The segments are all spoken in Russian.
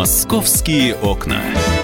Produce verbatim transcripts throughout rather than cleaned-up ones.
«Московские окна».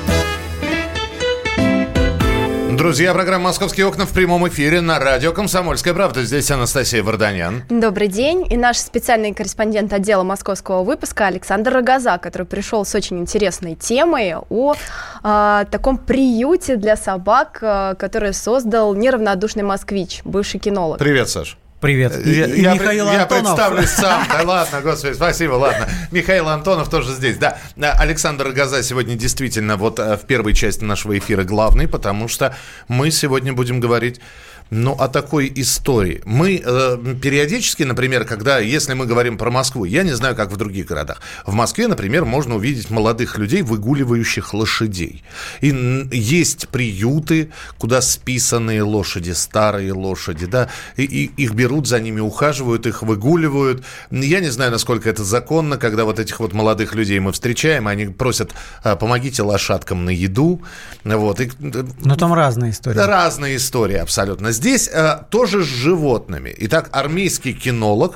Друзья, программа «Московские окна» в прямом эфире на радио «Комсомольская правда». Здесь Анастасия Варданян. Добрый день. И наш специальный корреспондент отдела московского выпуска Александр Рогоза, который пришел с очень интересной темой о э, таком приюте для собак, э, который создал неравнодушный москвич, бывший кинолог. Привет, Саш. Привет. И, я, и я, Михаил я Антонов. Я представлюсь сам. Да ладно, господи, спасибо, ладно. Михаил Антонов тоже здесь. Да, Александр Рогоза сегодня действительно вот в первой части нашего эфира главный, потому что мы сегодня будем говорить, ну, о такой истории. Мы э, периодически, например, когда, если мы говорим про Москву, я не знаю, как в других городах. В Москве, например, можно увидеть молодых людей, выгуливающих лошадей. И есть приюты, куда списанные лошади, старые лошади, да, и, и их берут, за ними ухаживают, их выгуливают. Я не знаю, насколько это законно, когда вот этих вот молодых людей мы встречаем, они просят, помогите лошадкам на еду. Вот. И, но там разные истории. Разные истории, абсолютно. Здесь э, тоже с животными. Итак, армейский кинолог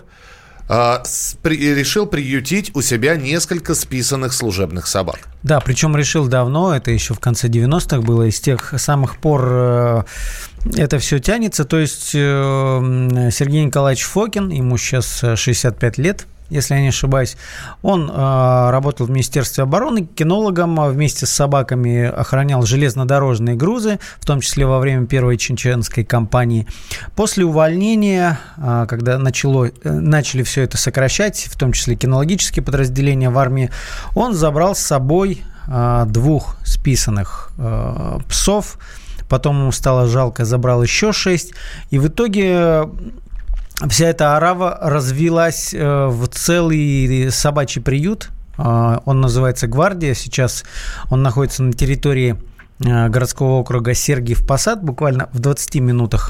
э, с, при, решил приютить у себя несколько списанных служебных собак. Да, причем решил давно, это еще в конце девяностых было, и с тех самых пор э, это все тянется. То есть э, Сергей Николаевич Фокин, ему сейчас шестьдесят пять лет, если я не ошибаюсь, он э, работал в Министерстве обороны кинологом, вместе с собаками охранял железнодорожные грузы, в том числе во время первой чеченской кампании. После увольнения, э, когда начало, э, начали все это сокращать, в том числе кинологические подразделения в армии, он забрал с собой э, двух списанных э, псов, потом ему стало жалко, забрал еще шесть, и в итоге... Вся эта орава развилась в целый собачий приют. Он называется «Гвардия». Сейчас он находится на территории городского округа Сергиев Посад, буквально в двадцати минутах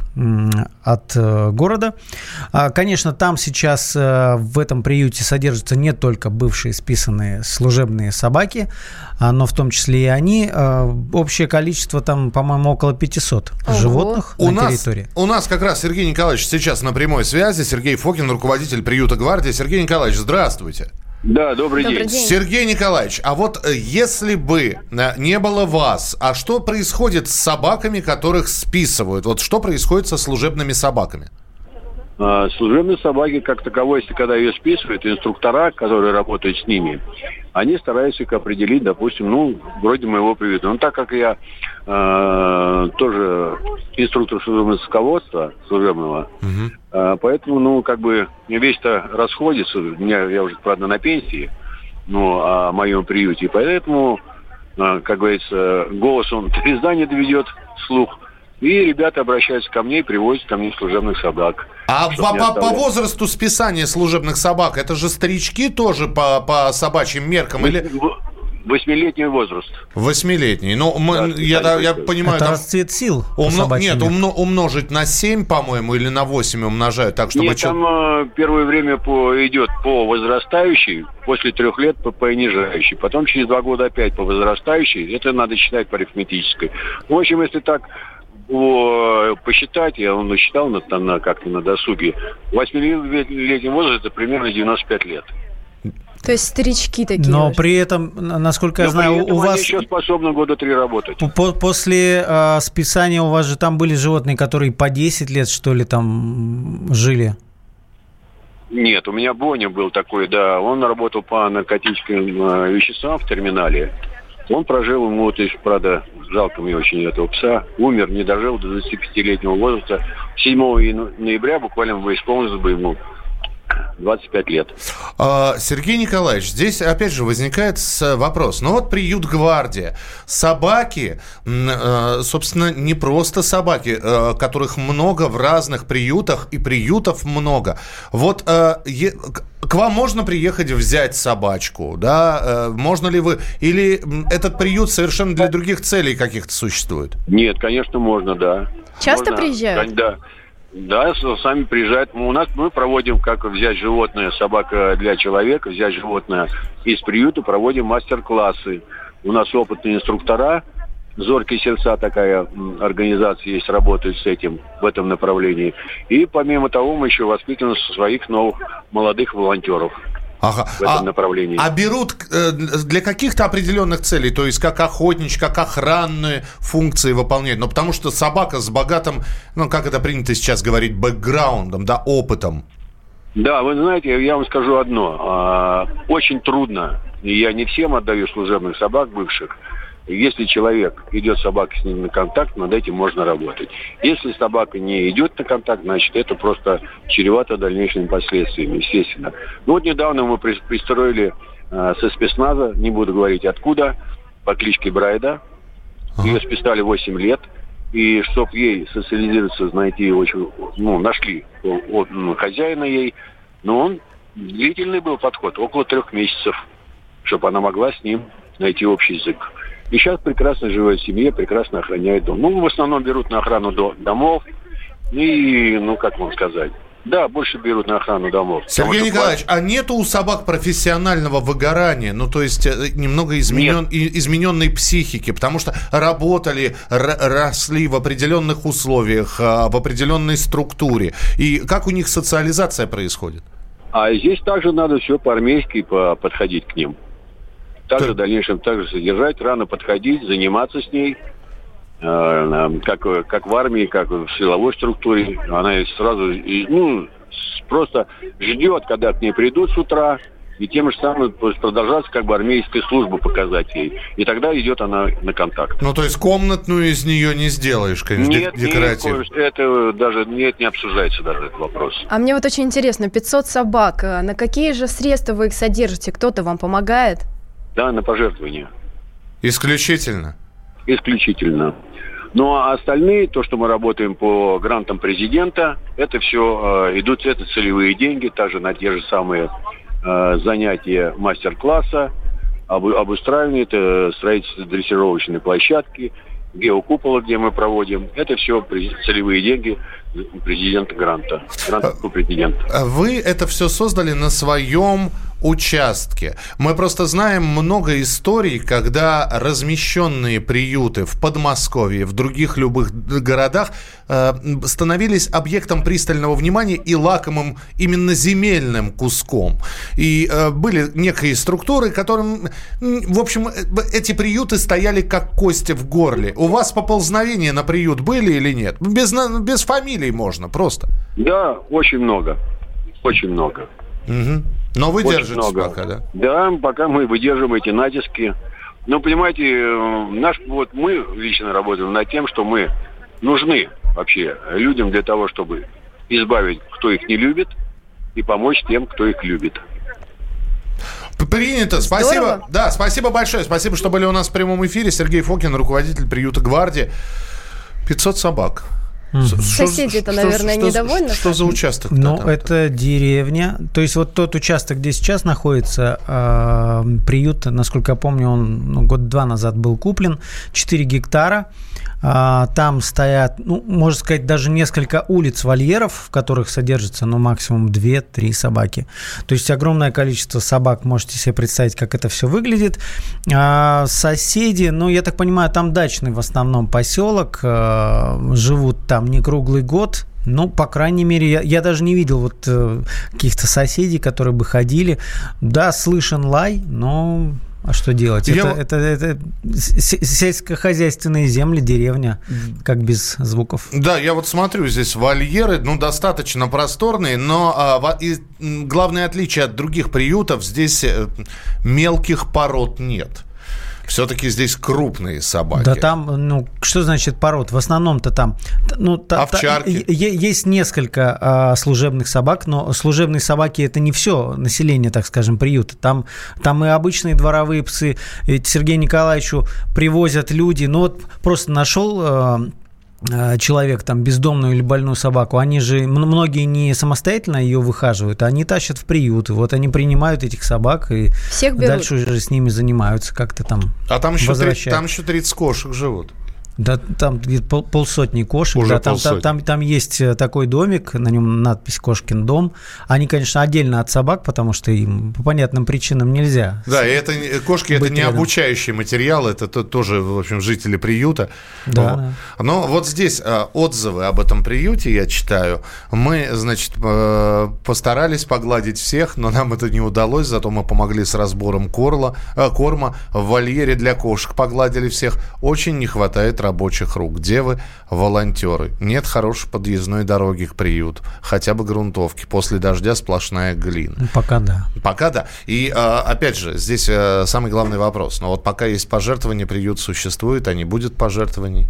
от города. Конечно, там сейчас в этом приюте содержатся не только бывшие списанные служебные собаки, но в том числе и они. Общее количество там, по-моему, около пятисот Ого. животных у на нас, территории. У нас как раз Сергей Николаевич сейчас на прямой связи. Сергей Фокин, руководитель приюта «Гвардия». Сергей Николаевич, здравствуйте. Да, добрый, добрый день. день. Сергей Николаевич, а вот если бы не было вас, а что происходит с собаками, которых списывают? Вот что происходит со служебными собаками? А, служебные собаки, как таковой, если когда ее списывают, инструктора, которые работают с ними, они стараются их определить, допустим, ну, вроде моего привита. Но так как я э, тоже инструктор служебного садководства, служебного, угу. э, поэтому, ну, как бы весь-то расходится. У меня, я уже, правда, на пенсии, ну, о моем приюте. И поэтому, э, как говорится, голос он до издания доведет, слух. И ребята обращаются ко мне и привозят ко мне служебных собак. А по, по, по возрасту списания служебных собак, это же старички тоже по, по собачьим меркам? Вы, или... Восьмилетний возраст. Восьмилетний. Ну, мы, да, я, я, я понимаю... Это там расцвет сил. Умно... Нет, умно... умножить на семь, по-моему, или на восемь умножают, так, чтобы... Нет, там э, первое время по, идет по возрастающей, после трех лет по понижающей, потом через два года опять по возрастающей. Это надо считать по арифметической. В общем, если так... посчитать, я он считал на, на, как-то на досуге, восьмилетний возраст это примерно девяносто пять лет. То есть старички такие. Но уже. При этом, насколько я Но знаю, при этом у вас... они еще способны года три работать. По- после э, списания у вас же там были животные, которые по десять лет, что ли, там жили? Нет, у меня Боня был такой, да. Он работал по наркотическим э, веществам в терминале. Он прожил, ему, вот, правда, жалко мне очень этого пса, умер, не дожил до двадцатипятилетнего возраста. седьмого ноября буквально исполнилось бы ему двадцать пять лет. Сергей Николаевич, здесь опять же возникает вопрос. Ну вот приют «Гвардия». Собаки, собственно, не просто собаки, которых много в разных приютах, и приютов много. Вот к вам можно приехать взять собачку, да? Можно ли вы... Или этот приют совершенно для других целей каких-то существует? Нет, конечно, можно, да. Часто можно, приезжают? Да. Да, сами приезжают. У нас мы проводим, как взять животное, собака для человека, взять животное из приюта, проводим мастер-классы. У нас опытные инструктора, «Зоркие сердца» такая организация есть, работает с этим, в этом направлении. И помимо того, мы еще воспитываем своих новых молодых волонтеров. Ага. в этом а, направлении. А берут э, для каких-то определенных целей, то есть как охотничьи, как охранные функции выполняют? Ну, потому что собака с богатым, ну, как это принято сейчас говорить, бэкграундом, да, опытом. Да, вы знаете, я вам скажу одно. Очень трудно, и я не всем отдаю служебных собак бывших. Если человек идет с собакой с ним на контакт, над этим можно работать. Если собака не идет на контакт, значит, это просто чревато дальнейшими последствиями, естественно. Ну вот недавно мы пристроили э, со спецназа, не буду говорить откуда, по кличке Брайда. Ее списали восемь лет. И чтобы ей социализироваться, найти очень, ну, нашли от, ну, хозяина ей, но он длительный был подход, около трех месяцев, чтобы она могла с ним найти общий язык. И сейчас прекрасно живет в семье, прекрасно охраняет дом. Ну, в основном берут на охрану до, домов. И, ну, как вам сказать, да, больше берут на охрану домов. Сергей Николаевич, а нету у собак профессионального выгорания? Ну, то есть немного изменен, измененной психики, потому что работали, р- росли в определенных условиях, в определенной структуре. И как у них социализация происходит? А здесь также надо все по-армейски по- подходить к ним. Также Так. в дальнейшем также содержать, рано подходить, заниматься с ней. Э, как, как в армии, как в силовой структуре. Она сразу, ну, просто ждет, когда к ней придут с утра, и тем же самым продолжаться как бы армейская служба показать ей. И тогда идет она на контакт. Ну, то есть комнатную из нее не сделаешь, конечно, нет, декоративно. Нет, это даже нет, не обсуждается даже этот вопрос. А мне вот очень интересно, пятьсот собак, на какие же средства вы их содержите? Кто-то вам помогает? Да, на пожертвования. Исключительно? Исключительно. Ну, а остальные, то, что мы работаем по грантам президента, это все э, идут, это целевые деньги, также на те же самые э, занятия мастер-класса, об, обустраивание, это строительство дрессировочной площадки, геокупола, где мы проводим. Это все целевые деньги президента гранта. Гранта по президенту. Вы это все создали на своем участке. Мы просто знаем много историй, когда размещенные приюты в Подмосковье, в других любых городах э, становились объектом пристального внимания и лакомым именно земельным куском. И э, были некие структуры, которым, в общем, эти приюты стояли как кости в горле. У вас поползновения на приют были или нет? Без, без фамилий можно, просто. Да, очень много. Очень много. Угу. Но вы Очень держитесь много. пока, да? Да, пока мы выдерживаем эти натиски. Ну, понимаете, наш, вот мы лично работаем над тем, что мы нужны вообще людям для того, чтобы избавить, кто их не любит, и помочь тем, кто их любит. Принято. Спасибо. Здорово. Да, спасибо большое. Спасибо, что были у нас в прямом эфире. Сергей Фокин, руководитель приюта «Гвардия». пятьсот собак. Mm-hmm. Соседи-то, наверное, что, недовольны. Что, что за участок? Ну, там, это деревня. То есть вот тот участок, где сейчас находится э, приют, насколько я помню, он ну, год-два назад был куплен, четыре гектара. Э, там стоят, ну, можно сказать, даже несколько улиц вольеров, в которых содержится, ну, максимум две-три собаки. То есть огромное количество собак, можете себе представить, как это все выглядит. Э, соседи, ну, я так понимаю, там дачный в основном поселок, э, живут там не круглый год. Ну, по крайней мере, я, я даже не видел вот э, каких-то соседей, которые бы ходили. Да, слышен лай, но а что делать? Я... Это, это, это сельскохозяйственные земли, деревня, как без звуков. Да, я вот смотрю, здесь вольеры, ну, достаточно просторные, но а, и, главное отличие от других приютов, здесь мелких пород нет. Все-таки здесь крупные собаки. Да там, ну, что значит пород? В основном-то там... Ну, та, овчарки. Та, есть несколько а, служебных собак, но служебные собаки – это не все население, так скажем, приюта. Там, там и обычные дворовые псы. Ведь Сергею Николаевичу привозят люди. Ну, вот просто нашел... А, человек, там, бездомную или больную собаку, они же, многие не самостоятельно ее выхаживают, они тащат в приют, и вот они принимают этих собак и всех берут. Дальше уже с ними занимаются, как-то там А там еще, возвращают. там еще тридцать кошек живут. Да, там пол, полсотни кошек. Уже да, там, полсотни. Там, там, там есть такой домик, на нем надпись «Кошкин дом». Они, конечно, отдельно от собак, потому что им по понятным причинам нельзя. Да, и это кошки это не рядом. обучающий материал, это то, тоже, в общем, жители приюта. Да, но, да. но вот здесь а, отзывы об этом приюте я читаю. Мы, значит, э, постарались погладить всех, но нам это не удалось, зато мы помогли с разбором корла, э, корма в вольере для кошек, погладили всех. Очень не хватает рабочих рук. Где вы, волонтеры? Нет хорошей подъездной дороги к приюту, хотя бы грунтовки. После дождя сплошная глина. Ну, пока да. Пока да. И а, опять же, здесь а, самый главный вопрос. Но вот пока есть пожертвования, приют существует, а не будет пожертвований.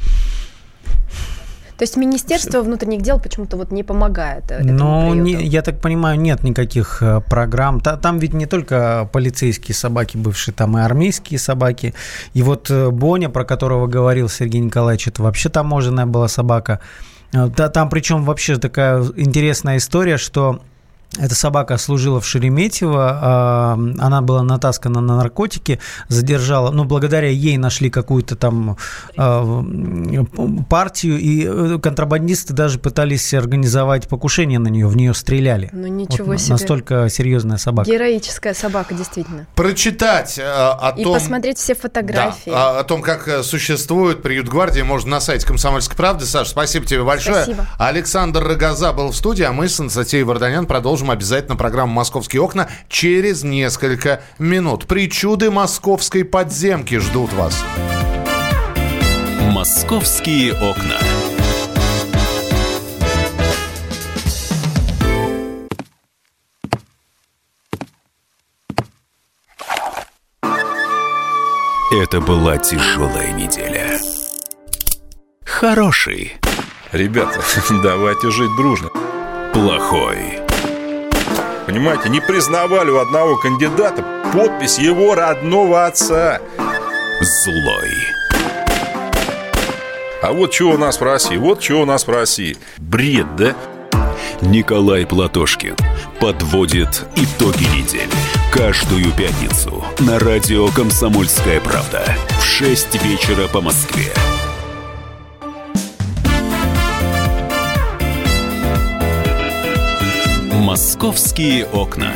То есть Министерство внутренних дел почему-то вот не помогает этому Ну, не, приюту? я так понимаю, нет никаких э, программ. Та, там ведь не только полицейские собаки бывшие, там и армейские собаки. И вот э, Боня, про которого говорил Сергей Николаевич, это вообще таможенная была собака. Э, та, там причем вообще такая интересная история, что эта собака служила в Шереметьево, она была натаскана на наркотики, задержала, ну, благодаря ей нашли какую-то там партию, и контрабандисты даже пытались организовать покушение на нее, в нее стреляли. Ну, ничего вот себе. Настолько серьезная собака. Героическая собака, действительно. Прочитать а, о И том... посмотреть все фотографии. Да, о, о том, как существует приют Гвардии, можно на сайте «Комсомольской правды». Саша, спасибо тебе большое. Спасибо. Александр Рогоза был в студии, а мы с Анастасией Варданян продолжим обязательно программу «Московские окна» через несколько минут. Причуды московской подземки ждут вас. «Московские окна». Это была тяжелая неделя. Хороший. Ребята, давайте жить дружно. Плохой. Понимаете, не признавали у одного кандидата подпись его родного отца. Злой. А вот что у нас в России, вот что у нас в России. Бред, да? Николай Платошкин подводит итоги недели. Каждую пятницу на радио «Комсомольская правда» в шесть вечера по Москве. «Московские окна».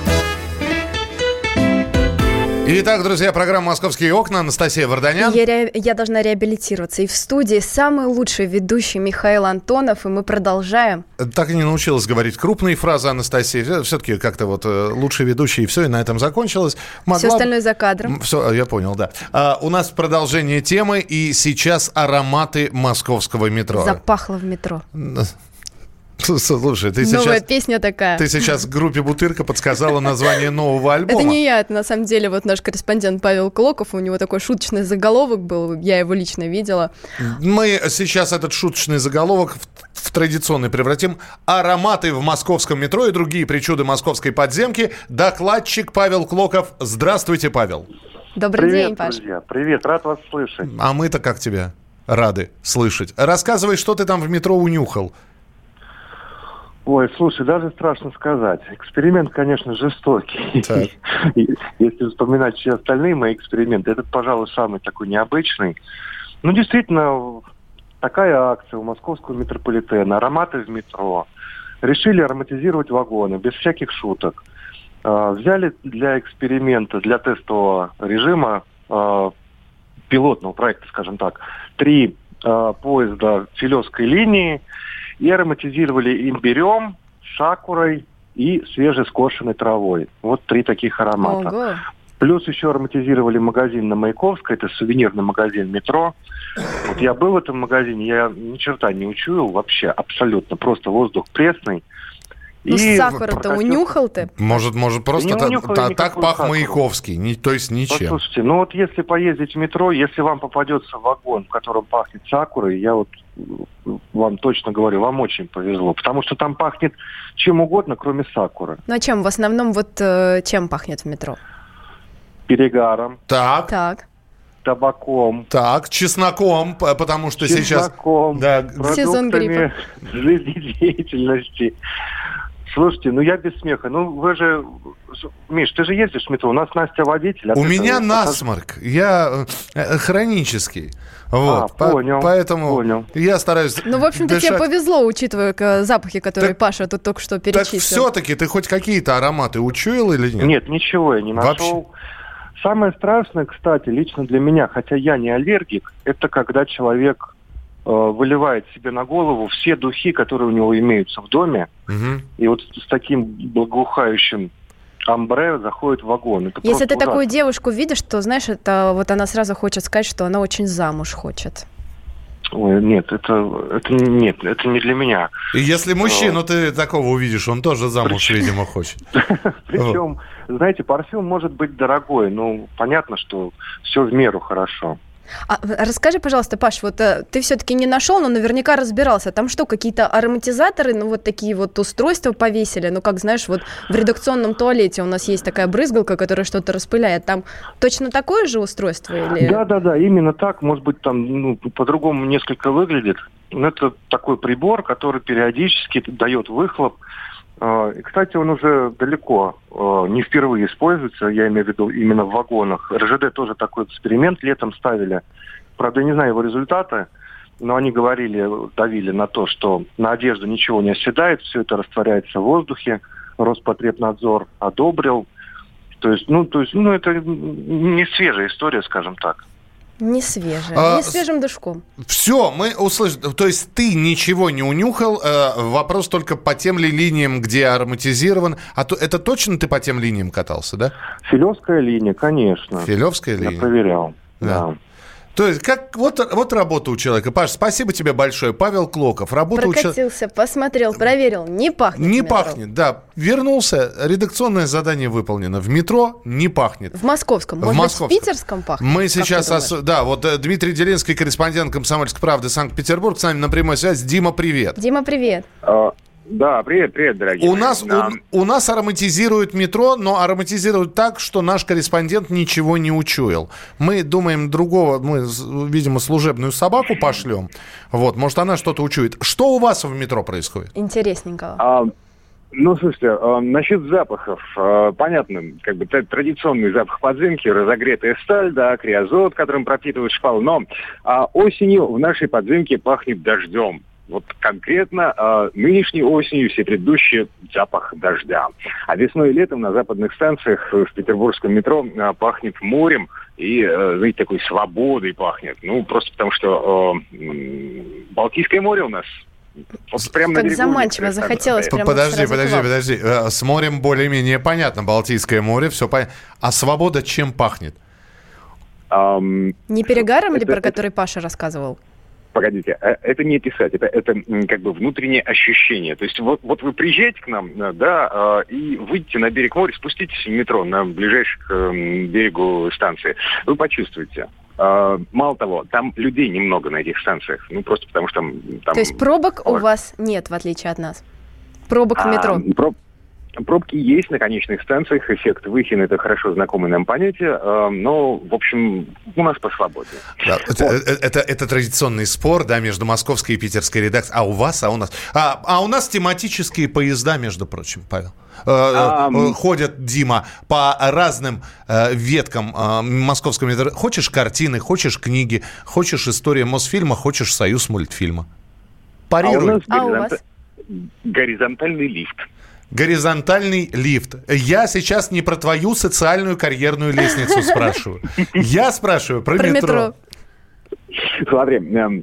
Итак, друзья, программа «Московские окна». Анастасия Варданян. Я, ре... я должна реабилитироваться. И в студии самый лучший ведущий Михаил Антонов. И мы продолжаем. Так и не научилась говорить крупные фразы, Анастасия. Все-таки как-то вот лучший ведущий, и все, и на этом закончилось. Могла... Все остальное за кадром. Все, я понял, да. А, у нас продолжение темы, и сейчас ароматы московского метро. Запахло в метро. Слушай, ты Новая сейчас... песня такая. Ты сейчас группе «Бутырка» подсказала название нового альбома. Это не я, это на самом деле вот наш корреспондент Павел Клоков, у него такой шуточный заголовок был, я его лично видела. Мы сейчас этот шуточный заголовок в, в традиционный превратим. Ароматы в московском метро и другие причуды московской подземки. Докладчик Павел Клоков. Здравствуйте, Павел. Добрый Привет, день, Паш. друзья. Привет, рад вас слышать. А мы-то как тебя рады слышать. Рассказывай, что ты там в метро унюхал. Ой, слушай, даже страшно сказать. Эксперимент, конечно, жестокий. Так. Если вспоминать все остальные мои эксперименты, этот, пожалуй, самый такой необычный. Ну, действительно, такая акция у московского метрополитена. Ароматы в метро. Решили ароматизировать вагоны, без всяких шуток. Взяли для эксперимента, для тестового режима, пилотного проекта, скажем так, три поезда Филевской линии, и ароматизировали имбирем, сакурой и свежескошенной травой. Вот три таких аромата. Ого. Плюс еще ароматизировали магазин на Маяковской, это сувенирный магазин «Метро». Вот я был в этом магазине, я ни черта не учуял вообще, абсолютно. Просто воздух пресный. Ну, И сахар-то прокатился... унюхал ты? Может, может просто Не та, унюхал та, я так никакую пах сахару. Маяковский, не, то есть ничем. Послушайте, ну вот если поездить в метро, если вам попадется вагон, в котором пахнет сакурой, я вот вам точно говорю, вам очень повезло, потому что там пахнет чем угодно, кроме сакуры. Ну а чем? В основном вот э, чем пахнет в метро? Перегаром, Так, Так. табаком, так, чесноком, п- потому что сейчас... чесноком, Да, Сезон продуктами жизнедеятельности. Слушайте, ну я без смеха. Ну вы же Миш, ты же ездишь в метро, у нас Настя водитель. У меня насморк, я э, хронический. Вот, а, понял, поэтому понял. я стараюсь. Ну, в общем-то, дышать. тебе повезло, учитывая запахи, которые так, Паша тут только что перечислил. Так все-таки ты хоть какие-то ароматы учуял или нет? Нет, ничего я не нашел. Вообще? Самое страшное, кстати, лично для меня, хотя я не аллергик, это когда человек э, выливает себе на голову все духи, которые у него имеются в доме, угу. и вот с таким благоухающим амбре заходит в вагон. Это Если ты ужасно. Такую девушку видишь, то, знаешь, это вот она сразу хочет сказать, что она очень замуж хочет. Ой, нет, это, это нет, это не для меня. И если мужчину ты такого увидишь, он тоже замуж, видимо, хочет. Причем, знаете, парфюм может быть дорогой, но понятно, что все в меру хорошо. А, расскажи, пожалуйста, Паш, вот а, ты все-таки не нашел, но наверняка разбирался. Там что, какие-то ароматизаторы, ну вот такие вот устройства повесили? Ну как, знаешь, вот в редакционном туалете у нас есть такая брызгалка, которая что-то распыляет. Там точно такое же устройство? Или... Да-да-да, именно так. Может быть, там ну, по-другому несколько выглядит. Но это такой прибор, который периодически дает выхлоп. И, кстати, он уже далеко не впервые используется, я имею в виду именно в вагонах. РЖД тоже такой эксперимент летом ставили. Правда, я не знаю его результаты, но они говорили, давили на то, что на одежду ничего не оседает, все это растворяется в воздухе. Роспотребнадзор одобрил. То есть, ну, то есть, ну, это не свежая история, скажем так. Не свежая, а, не свежим душком. Все, мы услышали. То есть ты ничего не унюхал. Э, вопрос только по тем ли линиям, где ароматизирован. А то, это точно ты по тем линиям катался, да? Филевская линия, конечно. Филевская линия? Я проверял, да. да. То есть, как вот, вот работа у человека. Паш, спасибо тебе большое. Павел Клоков. Работа Прокатился, у человека. посмотрел, проверил. Не пахнет. Не пахнет, да. Вернулся, редакционное задание выполнено. В метро не пахнет. В московском. Может в московском. быть, в питерском пахнет? Мы сейчас... Ос... Да, вот Дмитрий Делинский, корреспондент «Комсомольской правды» Санкт-Петербург. С нами на прямой связи. Дима, привет. Дима, привет. Да, привет, привет, дорогие. У нас, да. у, у нас ароматизируют метро, но ароматизируют так, что наш корреспондент ничего не учуял. Мы думаем другого, мы, видимо, служебную собаку пошлем. Вот, может, она что-то учует. Что у вас в метро происходит? Интересненького. А, ну, слушайте, а, насчет запахов. А, понятно, как бы традиционный запах подземки, разогретая сталь, да, криозот, которым пропитывают шпалы. Но а, осенью в нашей подземке пахнет дождем. Вот конкретно э, нынешней осенью, все предыдущие, запах дождя. А весной и летом на западных станциях в петербургском метро э, пахнет морем и, э, знаете, такой свободой пахнет. Ну, просто потому что э, Балтийское море у нас вот прямо как заманчиво захотелось прямо Подожди, подожди, подожди. С морем более-менее понятно. Балтийское море, все понятно. А свобода чем пахнет? Um, Не перегаром это, ли, про это... который Паша рассказывал? Погодите, это не писать, это, это как бы внутреннее ощущение. То есть вот, вот вы приезжаете к нам, да, и выйдете на берег моря, спуститесь в метро на ближайшей к берегу станции, вы почувствуете. Мало того, там людей немного на этих станциях, ну просто потому что там... там... То есть пробок у вас нет, в отличие от нас? Пробок в метро? А, проб... Пробки есть на конечных станциях, эффект Выхина – это хорошо знакомое нам понятие, э, но, в общем, у нас по свободе. Да, вот. это, это, это традиционный спор, да, между московской и питерской редакцией. А у вас, а у нас? А, а у нас тематические поезда, между прочим, Павел. А, э, ходят, Дима, по разным э, веткам э, московского метро. Хочешь картины, хочешь книги, хочешь история Мосфильма, хочешь союз мультфильма. Парируй. А у, а у вас? Горизонтальный лифт. Горизонтальный лифт. Я сейчас не про твою социальную карьерную лестницу спрашиваю. Я спрашиваю про, про метро. метро. Смотри,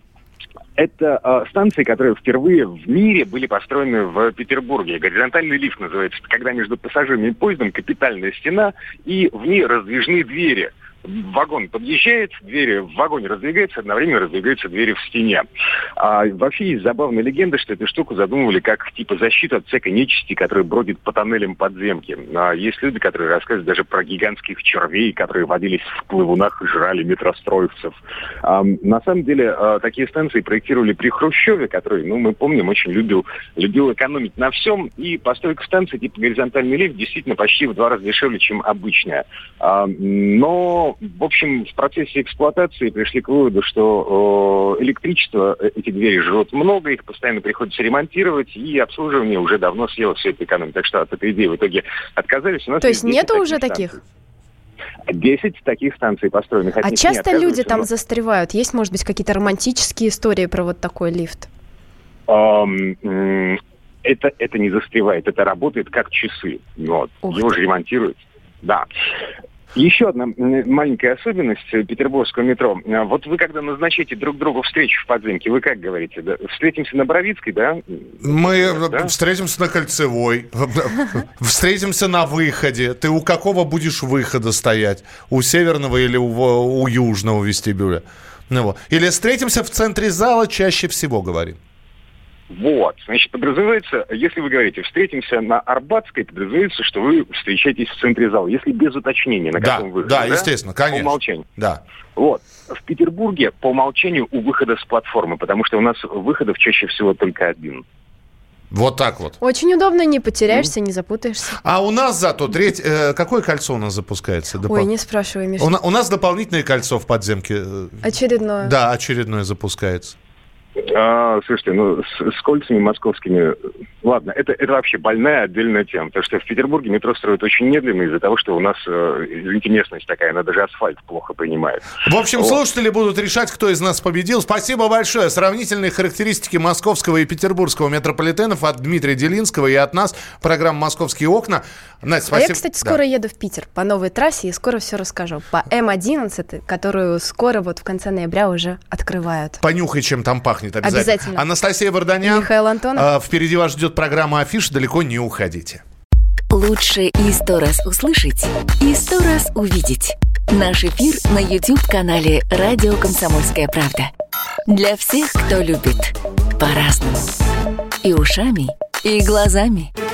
это э, станции, которые впервые в мире были построены в Петербурге. Горизонтальный лифт называется. Это когда между пассажирами и поездом капитальная стена, и в ней раздвижные двери. Вагон подъезжает, двери в вагоне раздвигаются, одновременно раздвигаются двери в стене. А вообще есть забавная легенда, что эту штуку задумывали как типа защиту от всякой нечисти, которая бродит по тоннелям подземки. А есть люди, которые рассказывают даже про гигантских червей, которые водились в плавунах и жрали метростроевцев. А, на самом деле а, такие станции проектировали при Хрущеве, который, ну, мы помним, очень любил, любил экономить на всем. И постройка станции типа горизонтальный лифт действительно почти в два раза дешевле, чем обычная. А, но Ну, в общем, в процессе эксплуатации пришли к выводу, что э, электричество, эти двери жрут много, их постоянно приходится ремонтировать, и обслуживание уже давно съело всю эту экономию. Так что от этой идеи в итоге отказались. У нас То есть нету уже станций. таких? десять таких станций построенных. А часто люди там застревают? Есть, может быть, какие-то романтические истории про вот такой лифт? Um, это, это не застревает, это работает как часы. Вот. Его же ремонтируют. Да. Еще одна маленькая особенность петербургского метро. Вот вы, когда назначаете друг другу встречу в подземке, вы как говорите? Да? Встретимся на Боровицкой, да? Мы да? встретимся на Кольцевой, встретимся на выходе. Ты у какого будешь выхода стоять? У северного или у, у южного вестибюля? Ну, вот. Или встретимся в центре зала, чаще всего говорим. Вот, значит, подразумевается, если вы говорите, встретимся на Арбатской, подразумевается, что вы встречаетесь в центре зала, если без уточнения, на да, каком выходе. Да, да, естественно, конечно. По умолчанию. Да. Вот. В Петербурге по умолчанию у выхода с платформы, потому что у нас выходов чаще всего только один. Вот так вот. Очень удобно, не потеряешься, mm. не запутаешься. А у нас зато треть... Э, какое кольцо у нас запускается? Допол... Ой, не спрашивай, Миша. У, у нас дополнительное кольцо в подземке. Очередное. Да, очередное запускается. А, слушайте, ну, с, с кольцами московскими... Ладно, это, это вообще больная отдельная тема, потому что в Петербурге метро строят очень медленно из-за того, что у нас, э, извините, местность такая, она даже асфальт плохо принимает. В общем, вот. Слушатели будут решать, кто из нас победил. Спасибо большое. Сравнительные характеристики московского и петербургского метрополитенов от Дмитрия Делинского и от нас. Программа «Московские окна». Надь, спасибо. А я, кстати, скоро да. еду в Питер по новой трассе и скоро все расскажу. По эм одиннадцать, которую скоро вот в конце ноября уже открывают. Понюхай, чем там пахнет обязательно. Обязательно. Анастасия Варданян. Михаил Антонов. Э, впереди вас ждет программа «Афиш». Далеко не уходите. Лучше и сто раз услышать, и сто раз увидеть. Наш эфир на YouTube-канале «Радио Комсомольская правда». Для всех, кто любит по-разному. И ушами, и глазами.